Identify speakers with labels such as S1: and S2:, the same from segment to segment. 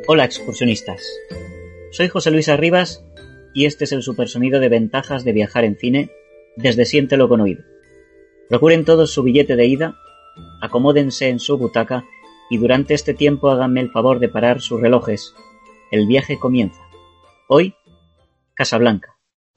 S1: Hola excursionistas, soy José Luis Arribas y este es el supersonido de ventajas de viajar en cine desde Siéntelo con Oído. Procuren todos su billete de ida, acomódense en su butaca y durante este tiempo háganme el favor de parar sus relojes. El viaje comienza. Hoy, Casablanca.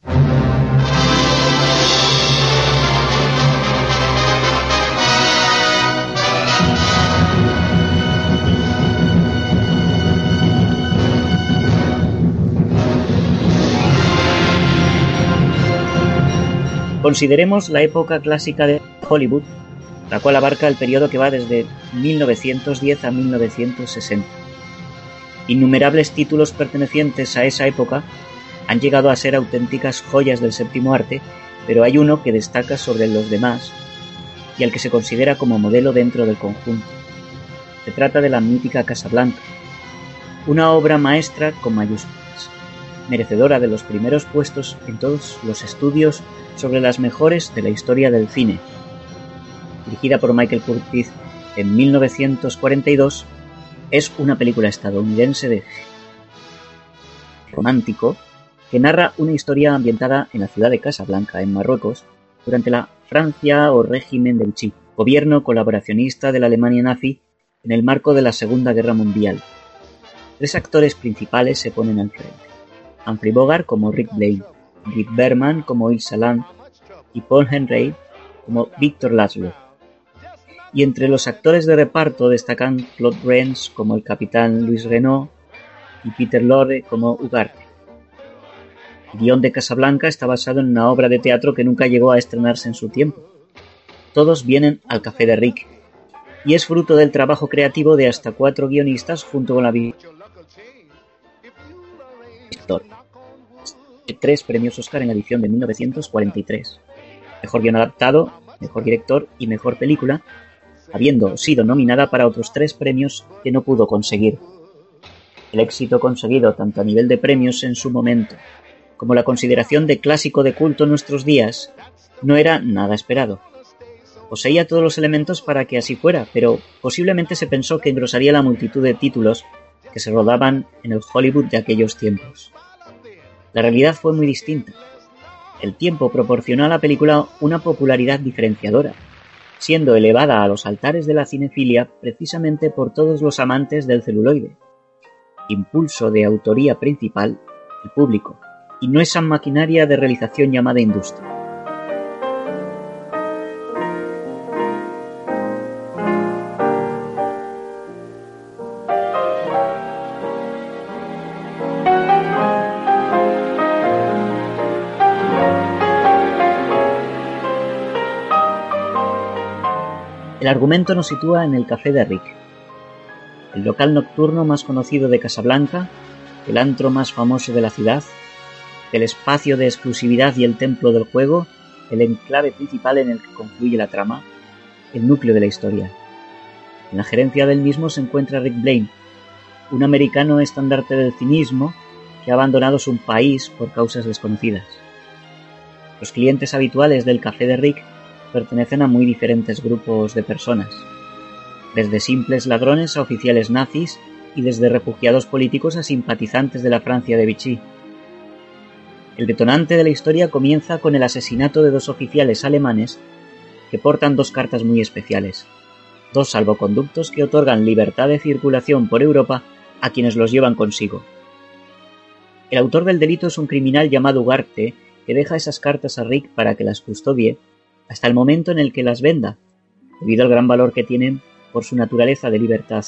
S1: Consideremos la época clásica de Hollywood, la cual abarca el periodo que va desde 1910 a 1960. Innumerables títulos pertenecientes a esa época han llegado a ser auténticas joyas del séptimo arte, pero hay uno que destaca sobre los demás y al que se considera como modelo dentro del conjunto. Se trata de la mítica Casablanca, una obra maestra con mayúsculas, merecedora de los primeros puestos en todos los estudios sobre las mejores de la historia del cine. Dirigida por Michael Curtiz en 1942, es una película estadounidense de romántico que narra una historia ambientada en la ciudad de Casablanca, en Marruecos, durante la Francia o régimen de Vichy, gobierno colaboracionista de la Alemania nazi en el marco de la Segunda Guerra Mundial. Tres actores principales se ponen al frente: Humphrey Bogart como Rick Blaine, David Berman como Ilsa Land y Paul Henreid como Victor Laszlo. Y entre los actores de reparto destacan Claude Rains como el capitán Louis Renault y Peter Lorre como Ugarte. El guión de Casablanca está basado en una obra de teatro que nunca llegó a estrenarse en su tiempo. Todos vienen al Café de Rick y es fruto del trabajo creativo de hasta 4 guionistas junto con la historia. 3 premios Oscar en la edición de 1943. Mejor guion adaptado, mejor director y mejor película, habiendo sido nominada para otros 3 premios que no pudo conseguir. El éxito conseguido tanto a nivel de premios en su momento como la consideración de clásico de culto en nuestros días no era nada esperado. Poseía todos los elementos para que así fuera, pero posiblemente se pensó que engrosaría la multitud de títulos que se rodaban en el Hollywood de aquellos tiempos. La realidad fue muy distinta. El tiempo proporcionó a la película una popularidad diferenciadora, siendo elevada a los altares de la cinefilia precisamente por todos los amantes del celuloide. Impulso de autoría principal, el público, y no esa maquinaria de realización llamada industria. El argumento nos sitúa en el Café de Rick, el local nocturno más conocido de Casablanca, el antro más famoso de la ciudad, el espacio de exclusividad y el templo del juego, el enclave principal en el que confluye la trama, el núcleo de la historia. En la gerencia del mismo se encuentra Rick Blaine, un americano estandarte del cinismo que ha abandonado su país por causas desconocidas. Los clientes habituales del Café de Rick pertenecen a muy diferentes grupos de personas, desde simples ladrones a oficiales nazis y desde refugiados políticos a simpatizantes de la Francia de Vichy. El detonante de la historia comienza con el asesinato de 2 oficiales alemanes que portan 2 cartas muy especiales, 2 salvoconductos que otorgan libertad de circulación por Europa a quienes los llevan consigo. El autor del delito es un criminal llamado Ugarte que deja esas cartas a Rick para que las custodie hasta el momento en el que las venda, debido al gran valor que tienen por su naturaleza de libertad.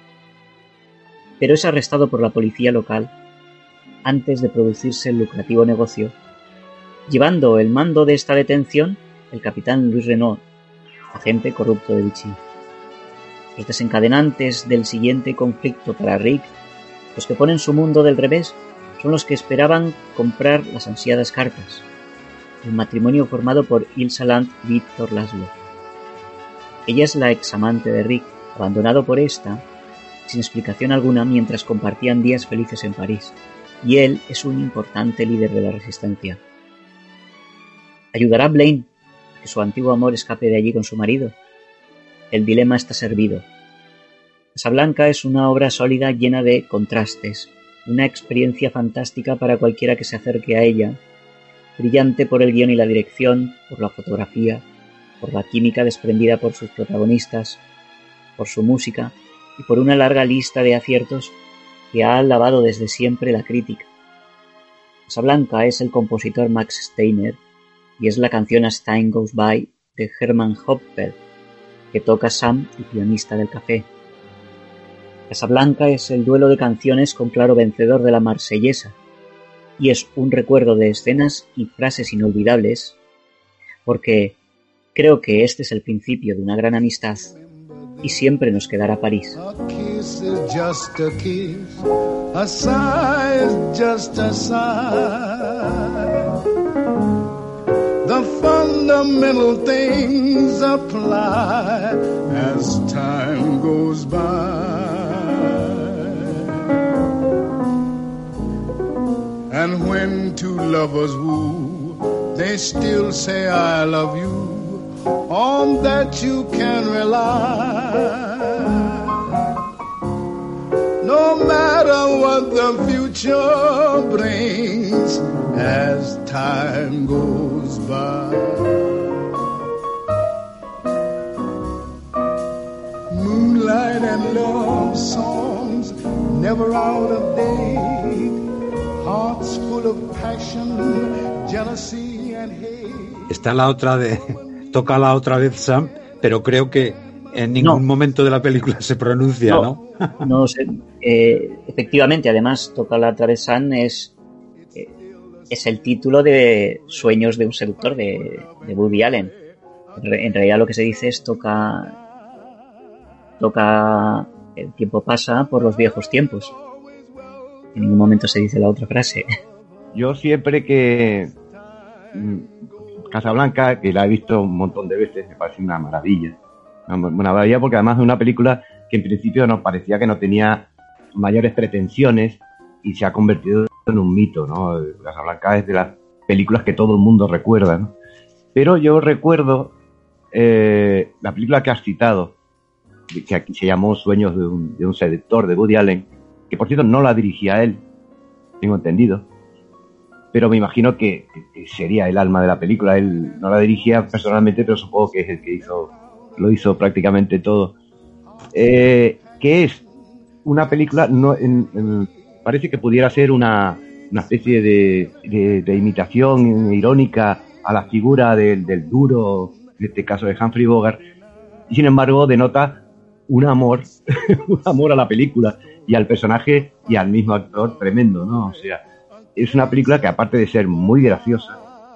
S1: Pero es arrestado por la policía local antes de producirse el lucrativo negocio, llevando el mando de esta detención el capitán Louis Renault, agente corrupto de Vichy. Los desencadenantes del siguiente conflicto para Rick, los que ponen su mundo del revés, son los que esperaban comprar las ansiadas cartas, el matrimonio formado por Ilsa Land y Victor Laszlo. Ella es la examante de Rick, abandonado por esta, sin explicación alguna mientras compartían días felices en París, y él es un importante líder de la resistencia. ¿Ayudará a Blaine a que su antiguo amor escape de allí con su marido? El dilema está servido. Casablanca es una obra sólida llena de contrastes, una experiencia fantástica para cualquiera que se acerque a ella, brillante por el guión y la dirección, por la fotografía, por la química desprendida por sus protagonistas, por su música y por una larga lista de aciertos que ha alabado desde siempre la crítica. Casablanca es el compositor Max Steiner y es la canción As Time Goes By de Hermann Hopper, que toca Sam, el pianista del café. Casablanca es el duelo de canciones con claro vencedor de la Marsellesa y es un recuerdo de escenas y frases inolvidables, porque creo que este es el principio de una gran amistad y siempre nos quedará París.
S2: A kiss is just a kiss, a sigh is just a sigh. The fundamental things apply as time goes by. And when two lovers woo, they still say I love you. On that you can rely. No matter what the future brings as time goes by. Moonlight and love songs never out of date. Hearts full of passion, jealousy and hate.
S3: Está la otra de toca la otra vez Sam, pero creo que en ningún momento de la película se pronuncia, ¿no?
S1: No sé. Efectivamente, además, toca la otra vez Sam es el título de Sueños de un seductor de Woody Allen. En realidad lo que se dice es toca el tiempo pasa por los viejos tiempos. En ningún momento se dice la otra frase.
S4: Yo siempre que Casablanca, que la he visto un montón de veces, me parece una maravilla. Una maravilla porque además es una película que en principio nos parecía que no tenía mayores pretensiones y se ha convertido en un mito, ¿no? Casablanca es de las películas que todo el mundo recuerda, ¿no? Pero yo recuerdo la película que has citado, que aquí se llamó Sueños de un seductor, de Woody Allen, que por cierto no la dirigía él, tengo entendido, pero me imagino que sería el alma de la película. Él no la dirigía personalmente, pero supongo que es el que lo hizo prácticamente todo. Que es una película, parece que pudiera ser una especie de imitación irónica a la figura del duro, en este caso de Humphrey Bogart, y sin embargo denota un amor a la película y al personaje y al mismo actor tremendo, ¿no? O sea, es una película que aparte de ser muy graciosa,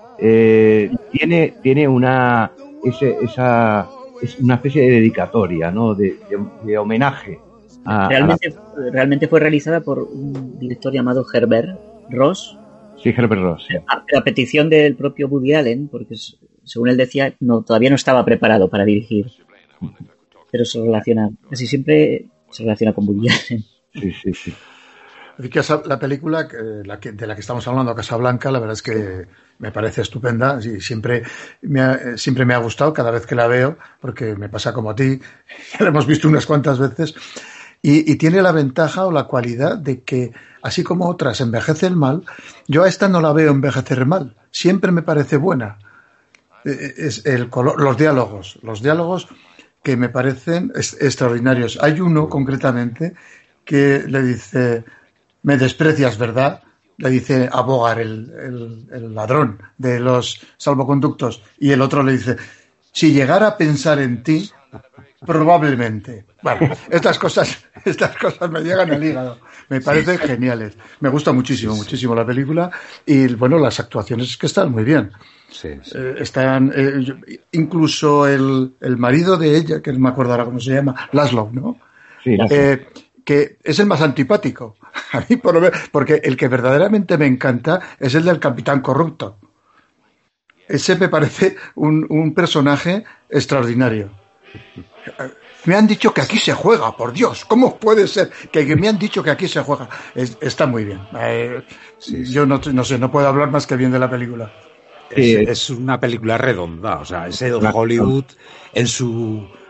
S4: tiene una especie de dedicatoria, ¿no? De homenaje.
S1: Realmente fue realizada por un director llamado Herbert Ross.
S4: Sí, Herbert Ross. Sí.
S1: A petición del propio Woody Allen, porque según él decía, todavía no estaba preparado para dirigir. Pero casi siempre se relaciona con Woody Allen.
S4: Sí.
S5: La película de la que estamos hablando, Casablanca, la verdad es que me parece estupenda y siempre me ha gustado cada vez que la veo, porque me pasa como a ti, ya la hemos visto unas cuantas veces, y tiene la ventaja o la cualidad de que, así como otras envejecen mal, yo a esta no la veo envejecer mal, siempre me parece buena. Es el color, los diálogos que me parecen extraordinarios. Hay uno concretamente que le dice: me desprecias, ¿verdad? Le dice a Bogart, el ladrón de los salvoconductos, y el otro le dice: si llegara a pensar en ti, probablemente. Bueno, estas cosas me llegan al hígado. Me parecen geniales. Me gusta muchísimo la película, y bueno, las actuaciones que están muy bien.
S3: Sí.
S5: Están incluso el marido de ella, que no me acuerdo ahora cómo se llama, Laszlo, ¿no?
S4: Sí,
S5: que es el más antipático a mí, porque el que verdaderamente me encanta es el del capitán corrupto. Ese me parece un personaje extraordinario. Me han dicho que aquí se juega, por Dios, ¿cómo puede ser que me han dicho que aquí se juega? Está muy bien. Yo no sé, no puedo hablar más que bien de la película.
S3: Es una película redonda, o sea, ese Hollywood en su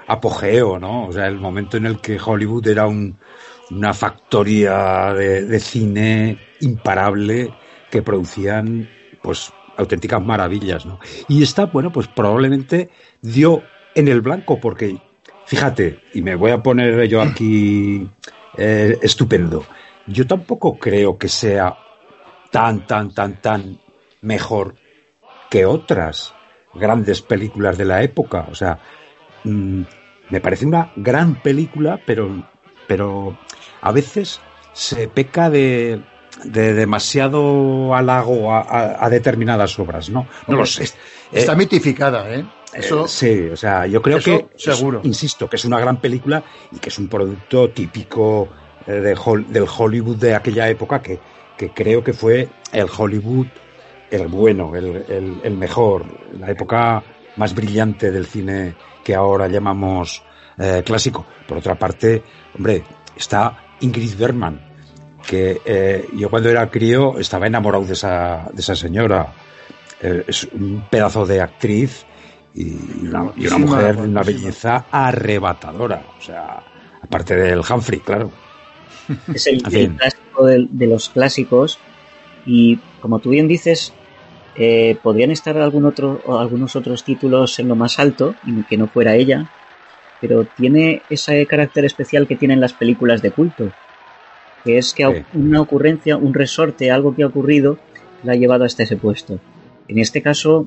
S3: apogeo, ¿no? O sea, el momento en el que Hollywood era una factoría de cine imparable que producían, pues, auténticas maravillas, ¿no? Y esta, bueno, pues probablemente dio en el blanco, porque, fíjate, y me voy a poner yo aquí estupendo, yo tampoco creo que sea tan mejor que otras grandes películas de la época. O sea, me parece una gran película, pero a veces se peca de demasiado halago a determinadas obras, ¿no? No lo sé.
S5: Está mitificada, ¿eh?
S3: Eso, sí, o sea, yo creo que,
S5: seguro.
S3: Insisto, que es una gran película y que es un producto típico del Hollywood de aquella época que creo que fue el Hollywood el bueno, el mejor, la época más brillante del cine que ahora llamamos clásico. Por otra parte, hombre, está Ingrid Bergman, que yo cuando era crío estaba enamorado de esa señora. Es un pedazo de actriz y una mujer de una belleza arrebatadora. O sea, aparte del Humphrey, claro.
S1: Es el clásico de los clásicos. Y como tú bien dices, podrían estar algunos otros títulos en lo más alto y que no fuera ella, pero tiene ese carácter especial que tienen las películas de culto, que es que una ocurrencia, un resorte, algo que ha ocurrido, la ha llevado hasta ese puesto. En este caso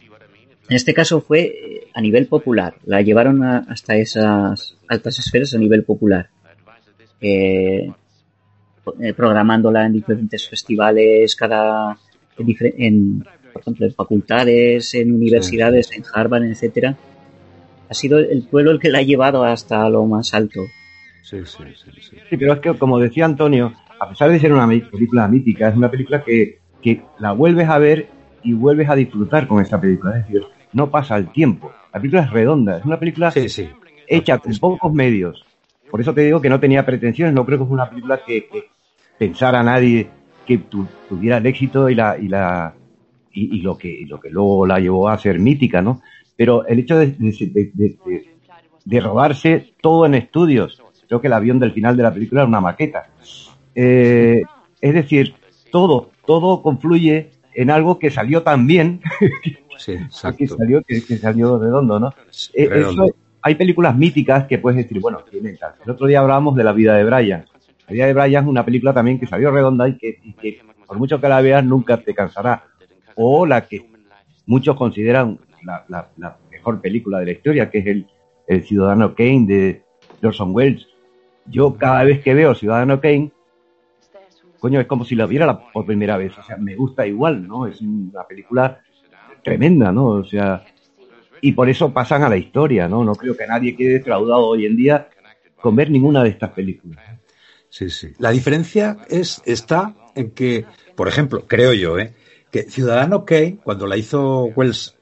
S1: fue a nivel popular, la llevaron hasta esas altas esferas a nivel popular. Programándola en diferentes festivales, por ejemplo, en facultades, en universidades, en Harvard, etcétera. Ha sido el pueblo el que la ha llevado hasta lo más alto.
S4: Sí, pero es que, como decía Antonio, a pesar de ser una película mítica, es una película que la vuelves a ver y vuelves a disfrutar con esta película. Es decir, no pasa el tiempo. La película es redonda, es una película hecha con pocos medios. Por eso te digo que no tenía pretensiones, no creo que fue una película que pensara a nadie que tuviera el éxito y lo que luego la llevó a ser mítica, ¿no? Pero el hecho de rodarse todo en estudios, creo que el avión del final de la película era una maqueta. Es decir, todo confluye en algo que salió tan bien,
S3: sí, exacto.
S4: que salió redondo, ¿no? Eso, hay películas míticas que puedes decir, bueno, tienen tal. El otro día hablábamos de La vida de Brian. La vida de Brian es una película también que salió redonda y que por mucho que la veas nunca te cansará. O la que muchos consideran la mejor película de la historia, que es el Ciudadano Kane de Orson Welles. Yo cada vez que veo Ciudadano Kane, coño, es como si la viera por primera vez. O sea, me gusta igual, ¿no? Es una película tremenda, ¿no? O sea, y por eso pasan a la historia, ¿no? No creo que nadie quede defraudado hoy en día con ver ninguna de estas películas.
S3: Sí. La diferencia está en que, por ejemplo, creo yo, que Ciudadano Kane, cuando la hizo Welles,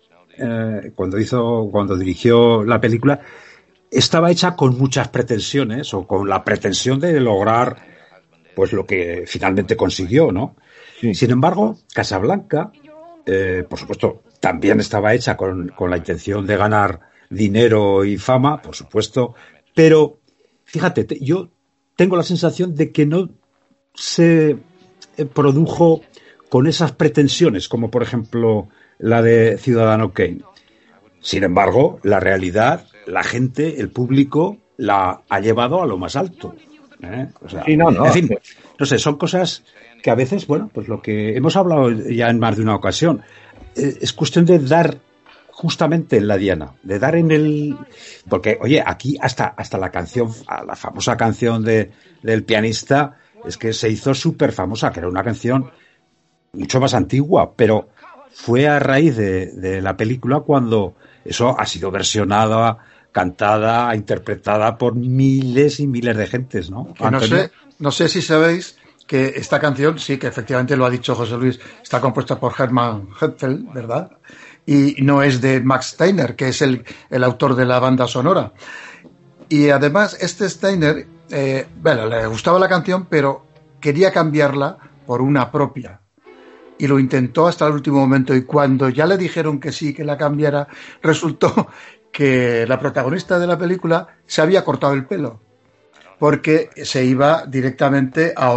S3: cuando dirigió la película, estaba hecha con muchas pretensiones o con la pretensión de lograr pues lo que finalmente consiguió, ¿no? Sí. Sin embargo, Casablanca, por supuesto, también estaba hecha con la intención de ganar dinero y fama, por supuesto, pero fíjate, yo tengo la sensación de que no se produjo con esas pretensiones, como por ejemplo la de Ciudadano Kane. Sin embargo, la realidad, la gente, el público, la ha llevado a lo más alto. O sea,
S4: sí, no.
S3: En fin, no sé, son cosas que a veces, bueno, pues lo que hemos hablado ya en más de una ocasión, es cuestión de dar justamente en la diana, de dar en el... Porque, oye, aquí hasta la canción, la famosa canción del pianista, es que se hizo súper famosa, que era una canción mucho más antigua, pero fue a raíz de la película cuando eso ha sido versionada, cantada, interpretada por miles y miles de gentes, ¿no?
S5: No sé si sabéis que esta canción, sí, que efectivamente lo ha dicho José Luis, está compuesta por Hermann Hetfield, ¿verdad? Y no es de Max Steiner, que es el autor de la banda sonora. Y además, Steiner, le gustaba la canción, pero quería cambiarla por una propia. Y lo intentó hasta el último momento. Y cuando ya le dijeron que sí, que la cambiara, resultó que la protagonista de la película se había cortado el pelo porque se iba directamente a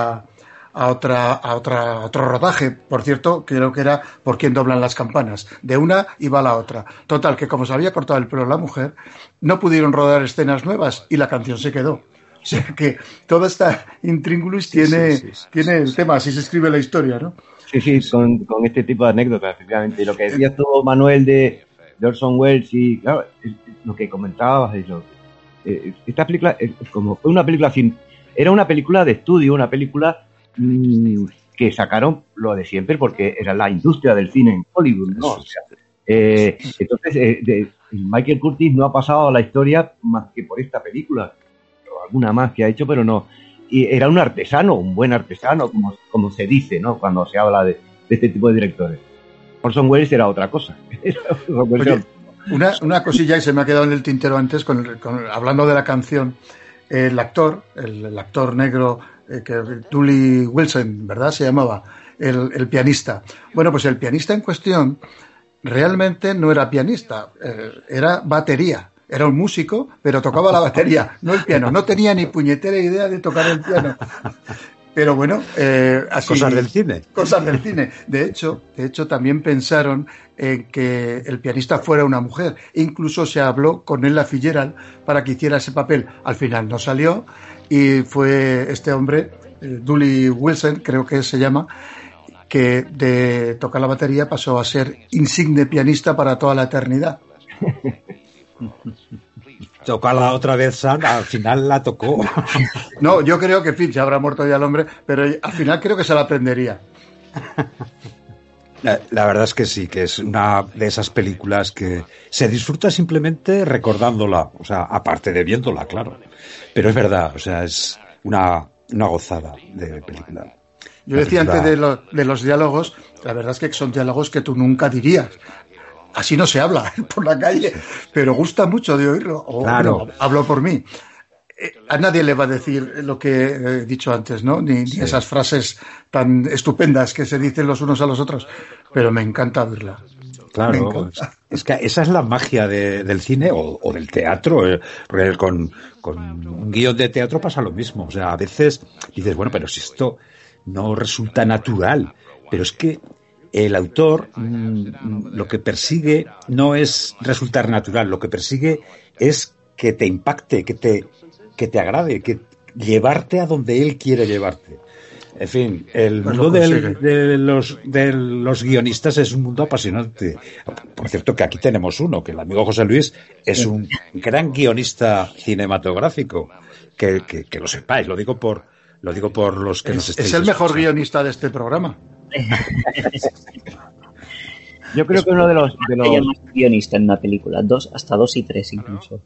S5: otro rodaje. Por cierto, creo que era Por quién doblan las campanas. De una iba a la otra. Total, que como se había cortado el pelo la mujer, no pudieron rodar escenas nuevas y la canción se quedó. O sea que toda esta intríngulis tiene el tema, así se escribe la historia, ¿no?
S4: Sí, con este tipo de anécdotas, efectivamente. Y lo que decías tú, Manuel, de Orson Welles, y claro, lo que comentabas, esta película, como fue una película era una película de estudio, una película que sacaron lo de siempre porque era la industria del cine en Hollywood, ¿no? O sea, entonces, Michael Curtiz no ha pasado a la historia más que por esta película, o alguna más que ha hecho, pero no. Y era un artesano, un buen artesano, como se dice, ¿no? Cuando se habla de este tipo de directores. Orson Welles era otra cosa.
S5: Oye, una cosilla que se me ha quedado en el tintero antes, hablando de la canción, el actor negro, Dooley Wilson, ¿verdad? Se llamaba, el pianista. Bueno, pues el pianista en cuestión realmente no era pianista, era batería. Era un músico, pero tocaba la batería, no el piano. No tenía ni puñetera idea de tocar el piano. Pero bueno, así,
S3: cosas del cine.
S5: Cosas del cine. De hecho, también pensaron en que el pianista fuera una mujer. Incluso se habló con Ella Fitzgerald para que hiciera ese papel. Al final no salió y fue este hombre, Dooley Wilson, creo que se llama, que de tocar la batería pasó a ser insigne pianista para toda la eternidad.
S3: Tocarla otra vez, Sam, al final la tocó.
S5: No, yo creo que Fitch habrá muerto ya el hombre, pero al final creo que se la aprendería.
S3: La verdad es que sí, que es una de esas películas que se disfruta simplemente recordándola, o sea, aparte de viéndola, claro. Pero es verdad, o sea, es una gozada de película.
S5: Yo decía antes de los diálogos, la verdad es que son diálogos que tú nunca dirías. Así no se habla por la calle, pero gusta mucho de oírlo.
S3: Claro.
S5: Bueno, hablo por mí. A nadie le va a decir lo que he dicho antes, ¿no? Ni esas frases tan estupendas que se dicen los unos a los otros, pero me encanta oírla.
S3: Claro, es que esa es la magia del cine o del teatro, porque con un guión de teatro pasa lo mismo. O sea, a veces dices, bueno, pero si esto no resulta natural, pero es que el autor lo que persigue no es resultar natural, lo que persigue es que te impacte, que te agrade, que llevarte a donde él quiere llevarte. En fin, el mundo de los guionistas es un mundo apasionante. Por cierto, que aquí tenemos uno, que el amigo José Luis es un gran guionista cinematográfico. Que lo sepáis, lo digo por los que nos estáis
S5: escuchando. Es el mejor guionista de este programa.
S4: Yo creo que uno de los
S1: Hay más guionista en una película, hasta 2 y 3 incluso.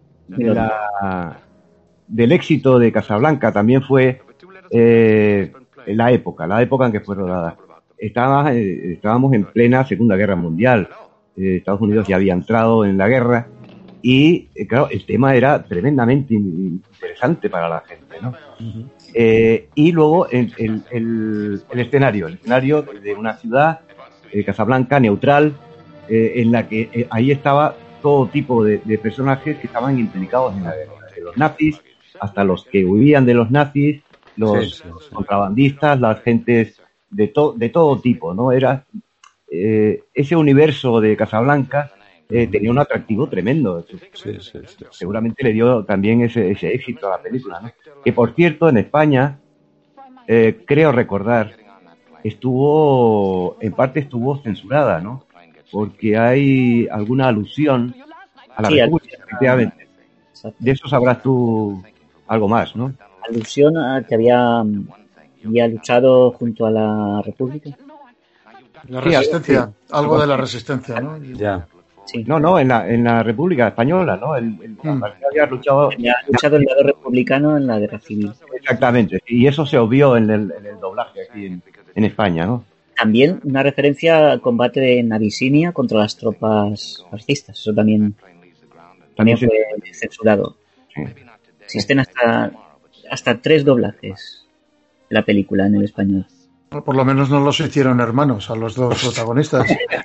S4: Del éxito de Casablanca también fue la época en que fue rodada. Estábamos en plena Segunda Guerra Mundial. Estados Unidos ya había entrado en la guerra y claro, el tema era tremendamente interesante para la gente, ¿no? Uh-huh. Y luego el escenario de una ciudad, Casablanca, neutral, en la que ahí estaba todo tipo de personajes que estaban implicados en la guerra, de los nazis hasta los que huían de los nazis, los contrabandistas, las gentes de todo tipo, ¿no? Era ese universo de Casablanca tenía un atractivo tremendo. Seguramente le dio también ese éxito a la película, ¿no? Que por cierto, en España, creo recordar, estuvo censurada, ¿no? Porque hay alguna alusión a la República, efectivamente. De eso sabrás tú algo más, ¿no?
S1: Alusión a que había luchado junto a la República.
S5: La resistencia, algo de la resistencia, ¿no?
S3: Ya.
S1: Sí.
S4: No, en la República Española, ¿no? Había luchado
S1: en el lado republicano en la Guerra Civil.
S4: Exactamente, y eso se obvió en el doblaje aquí en España, ¿no?
S1: También una referencia al combate en Abisinia contra las tropas fascistas, eso también fue censurado. Sí. Existen hasta 3 doblajes de la película en el español.
S5: Por lo menos no los hicieron hermanos a los dos protagonistas.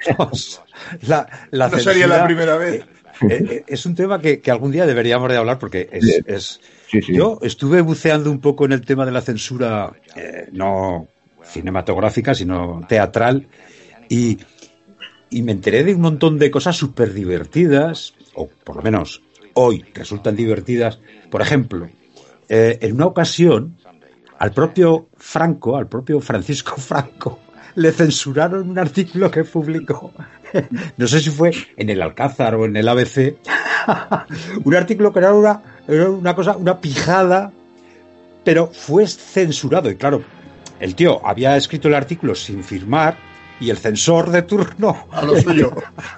S3: La
S5: no sería la primera vez.
S3: Es un tema que algún día deberíamos de hablar porque
S4: Sí.
S3: Yo estuve buceando un poco en el tema de la censura, no cinematográfica, sino teatral, y me enteré de un montón de cosas súper divertidas, o por lo menos hoy resultan divertidas. Por ejemplo, en una ocasión, al propio Francisco Franco, le censuraron un artículo que publicó, no sé si fue en el Alcázar o en el ABC, un artículo que era una pijada, pero fue censurado. Y claro, el tío había escrito el artículo sin firmar y el censor de turno
S5: a lo suyo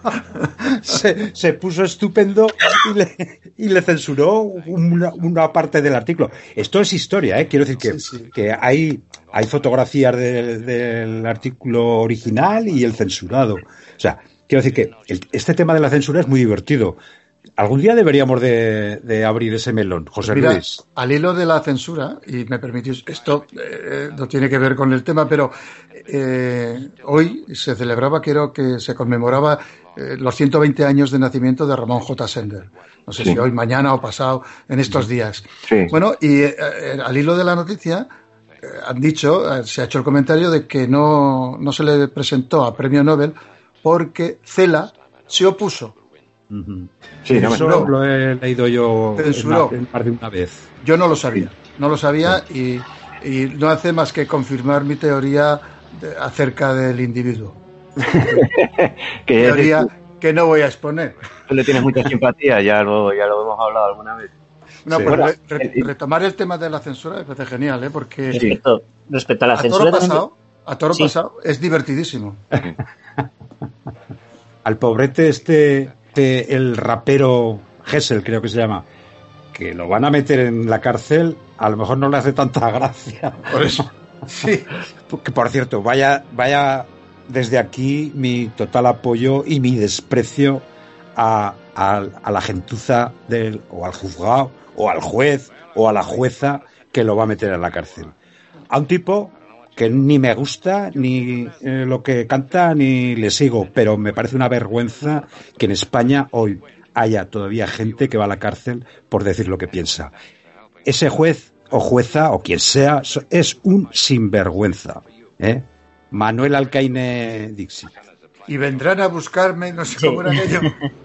S3: se puso estupendo y le censuró una parte del artículo. Esto es historia, quiero decir que hay fotografías del artículo original y el censurado. O sea, quiero decir que este tema de la censura es muy divertido. Algún día deberíamos de abrir ese melón, José Luis.
S5: Al hilo de la censura, y me permitís, esto no tiene que ver con el tema, pero hoy se celebraba, creo que se conmemoraba los 120 años de nacimiento de Ramón J. Sender. No sé si hoy, mañana o pasado, en estos días. Sí. Bueno, y al hilo de la noticia han dicho, se ha hecho el comentario de que no se le presentó a Premio Nobel porque Cela se opuso.
S3: Uh-huh. Sí, eso lo he leído yo más de una vez.
S5: Yo no lo sabía y no hace más que confirmar mi teoría acerca del individuo. Teoría que no voy a exponer.
S4: Tú le tienes mucha simpatía, ya lo hemos hablado alguna vez.
S5: No, pues retomar el tema de la censura me parece genial, porque
S1: respecto a la censura
S5: a toro pasado es divertidísimo.
S3: Al pobrete el rapero Hessel, creo que se llama, que lo van a meter en la cárcel, a lo mejor no le hace tanta gracia.
S5: Por eso. Sí.
S3: Que, por cierto, vaya desde aquí mi total apoyo y mi desprecio a la gentuza o al juzgado, o al juez, o a la jueza que lo va a meter en la cárcel. A un tipo que ni me gusta, ni lo que canta, ni le sigo, pero me parece una vergüenza que en España hoy haya todavía gente que va a la cárcel por decir lo que piensa. Ese juez o jueza o quien sea es un sinvergüenza, Manuel Alcaine Dixit.
S5: Y vendrán a buscarme, no sé cómo era aquello.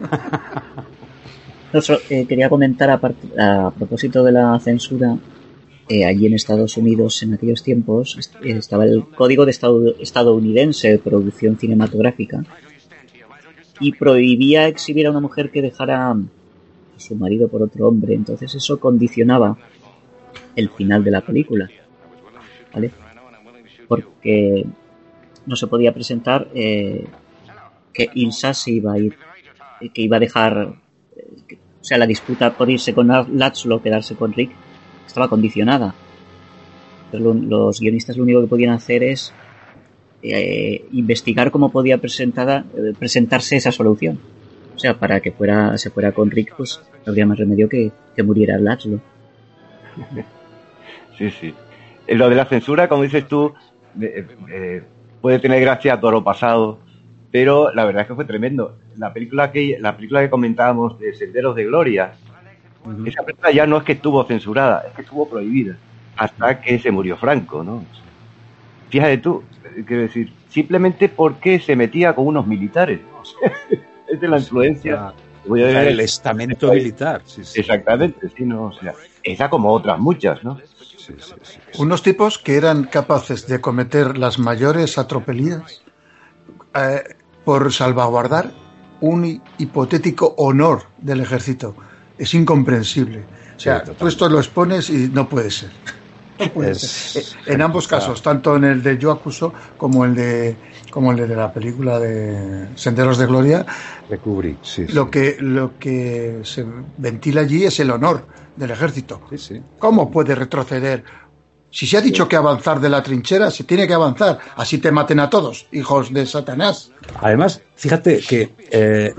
S1: Quería comentar a propósito de la censura. Allí en Estados Unidos en aquellos tiempos estaba el Código de estadounidense de producción cinematográfica y prohibía exhibir a una mujer que dejara a su marido por otro hombre. Entonces eso condicionaba el final de la película, ¿vale? Porque no se podía presentar que Ilsa se iba a ir, que iba a dejar, o sea, la disputa por irse con Laszlo, quedarse con Rick, estaba condicionada. Entonces, los guionistas lo único que podían hacer es investigar cómo podía presentarse esa solución. O sea, para que se fuera con Rick, pues no habría más remedio que muriera Laszlo.
S4: Sí. Lo de la censura, como dices tú, puede tener gracia a toro pasado, pero la verdad es que fue tremendo. La película que comentábamos de Senderos de Gloria, esa película ya no es que estuvo censurada, es que estuvo prohibida hasta que se murió Franco, ¿no? Fíjate tú, quiero decir, simplemente porque se metía con unos militares. Es de la influencia.
S3: El estamento militar. Sí.
S4: Exactamente, sí, ¿no? O sea, esa como otras muchas, ¿no?
S3: Sí.
S5: Unos tipos que eran capaces de cometer las mayores atropelías por salvaguardar un hipotético honor del ejército. Es incomprensible. O sea, tú esto lo expones y no puede ser. No puede ser. En ambos casos, tanto en el de Yo Acuso como el de la película de Senderos de Gloria,
S3: de Kubrick, sí.
S5: Lo que se ventila allí es el honor del ejército.
S3: Sí.
S5: ¿Cómo puede retroceder? Si se ha dicho que avanzar de la trinchera, se tiene que avanzar. Así te maten a todos, hijos de Satanás.
S3: Además, fíjate que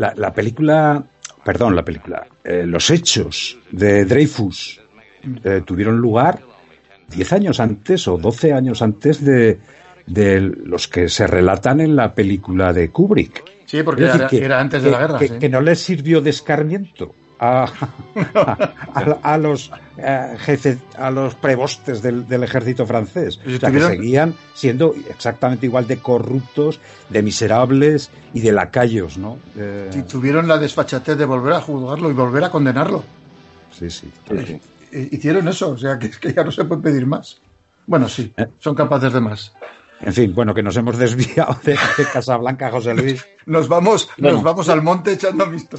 S3: los hechos de Dreyfus tuvieron lugar 10 años antes o 12 años antes de de los que se relatan en la película de Kubrick.
S5: Sí, porque era antes de la guerra.
S3: Que no les sirvió de escarmiento a los jefes, a los prebostes del ejército francés. O sea, que seguían siendo exactamente igual de corruptos, de miserables y de lacayos, ¿no?
S5: Y tuvieron la desfachatez de volver a juzgarlo y volver a condenarlo.
S3: Sí.
S5: Hicieron eso, o sea, que es que ya no se puede pedir más. Bueno, sí, son capaces de más.
S3: En fin, bueno, que nos hemos desviado de Casablanca, José Luis.
S5: Nos vamos al monte echando vistas.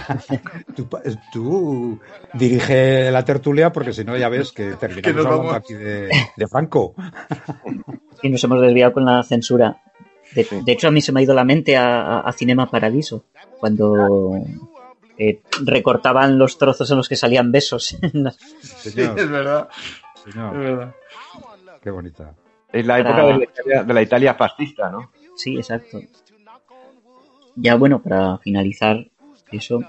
S3: Tú dirige la tertulia, porque si no ya ves que terminamos hablando aquí de Franco.
S1: Y nos hemos desviado con la censura. De hecho, a mí se me ha ido la mente a Cinema Paradiso, cuando recortaban los trozos en los que salían besos.
S5: Sí, es verdad.
S3: Señor.
S5: Es verdad.
S3: Qué bonita.
S4: Es la época de la Italia fascista, ¿no?
S1: Sí, exacto. Ya bueno, para finalizar eso,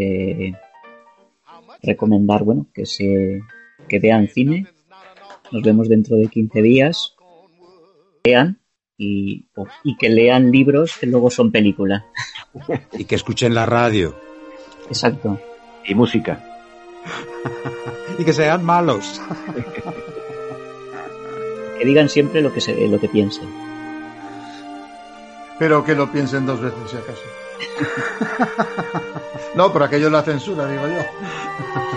S1: recomendar, bueno, que vean cine. Nos vemos dentro de 15 días. Vean y que lean libros que luego son película.
S3: Y que escuchen la radio.
S1: Exacto.
S4: Y música.
S3: Y que sean malos.
S1: Que digan siempre lo que piensen.
S5: Pero que lo piensen 2 veces, si acaso. No, por aquello la censura, digo yo.